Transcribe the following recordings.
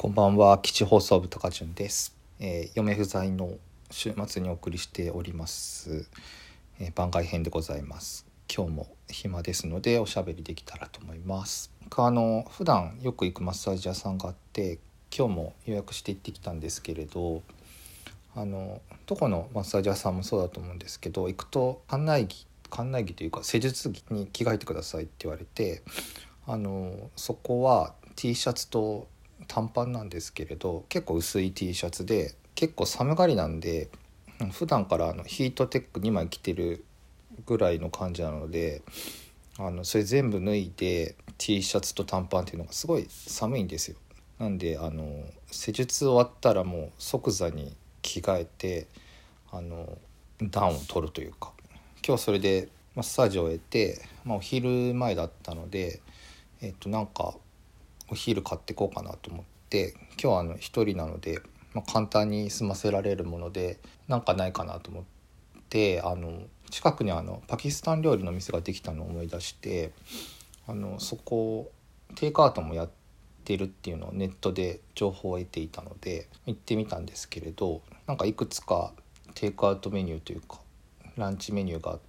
こんばんは、基地放送部高潤です。嫁不在の週末にお送りしております、番外編でございます。今日も暇ですのでおしゃべりできたらと思います。普段よく行くマッサージ屋さんがあって、今日も予約して行ってきたんですけれど、どこのマッサージ屋さんもそうだと思うんですけど、行くと館内着というか施術着に着替えてくださいって言われて、そこは T シャツと短パンなんですけれど、結構薄い T シャツで、結構寒がりなんで普段からヒートテック2枚着てるぐらいの感じなので、それ全部脱いで T シャツと短パンっていうのがすごい寒いんですよ。なんで施術終わったらもう即座に着替えて暖を取るというか、今日それでマッサージを終えて、お昼前だったので、なんかお昼買ってこうかなと思って、今日は一人なので、簡単に済ませられるものでなんかないかなと思って、近くにパキスタン料理の店ができたのを思い出して、そこテイクアウトもやってるっていうのをネットで情報を得ていたので行ってみたんですけれど、なんかいくつかテイクアウトメニューというかランチメニューがあって、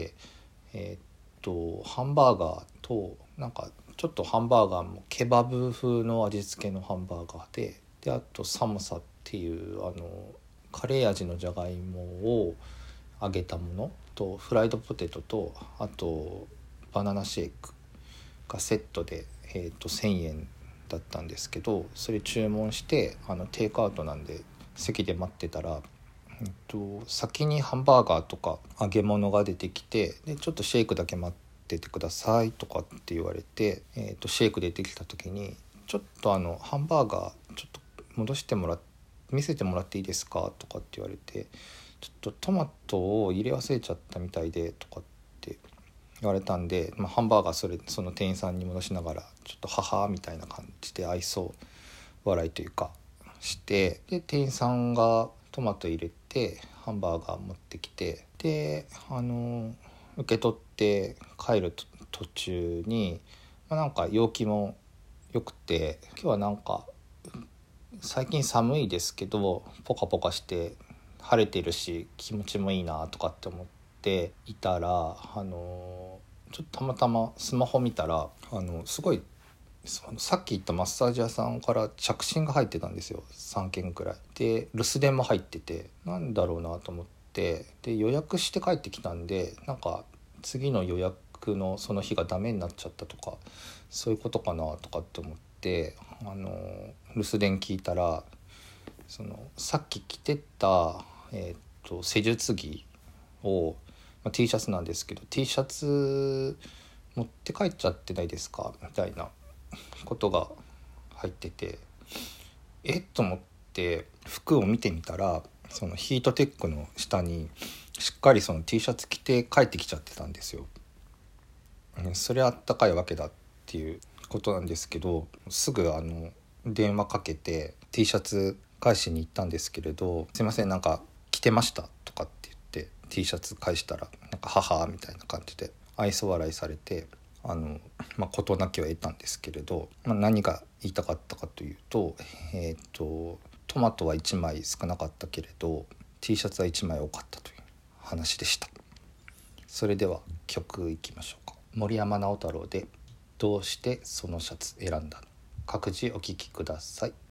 ハンバーガーとなんかちょっとハンバーガーもケバブ風の味付けのハンバーガーで、あとサモサっていうカレー味のじゃがいもを揚げたものとフライドポテトと、あとバナナシェイクがセットで、1,000円だったんですけど、それ注文してテイクアウトなんで席で待ってたら、先にハンバーガーとか揚げ物が出てきて、でちょっとシェイクだけ待っててくださいとかって言われて、シェイク出てきた時にちょっとハンバーガーちょっと見せてもらっていいですかとかって言われて、ちょっとトマトを入れ忘れちゃったみたいでとかって言われたんで、ハンバーガーその店員さんに戻しながらちょっと母みたいな感じで愛想笑いというかして、で店員さんがトマト入れてハンバーガー持ってきて、で受け取って帰る途中に、なんか陽気も良くて、今日はなんか最近寒いですけどポカポカして晴れてるし気持ちもいいなとかって思っていたら、ちょっとたまたまスマホ見たらすごいさっき言ったマッサージ屋さんから着信が入ってたんですよ、3件くらいで。留守電も入ってて、なんだろうなと思って、で予約して帰ってきたんで、なんか次の予約のその日がダメになっちゃったとかそういうことかなとかって思って、留守電聞いたら、さっき着てた、施術着を、T シャツなんですけど T シャツ持って帰っちゃってないですかみたいなことが入ってて、と思って服を見てみたら、そのヒートテックの下にしっかりその T シャツ着て帰ってきちゃってたんですよ。それあったかいわけだっていうことなんですけど、すぐ電話かけて T シャツ返しに行ったんですけれど、すいませんなんか着てましたとかって言って T シャツ返したら、なんか母みたいな感じで愛想笑いされて、事なきを得たんですけれど、何が言いたかったかというと、トマトは1枚少なかったけれど T シャツは1枚多かったという話でした。それでは曲いきましょうか。森山直太朗でどうしてそのシャツ選んだの。各自お聴きください。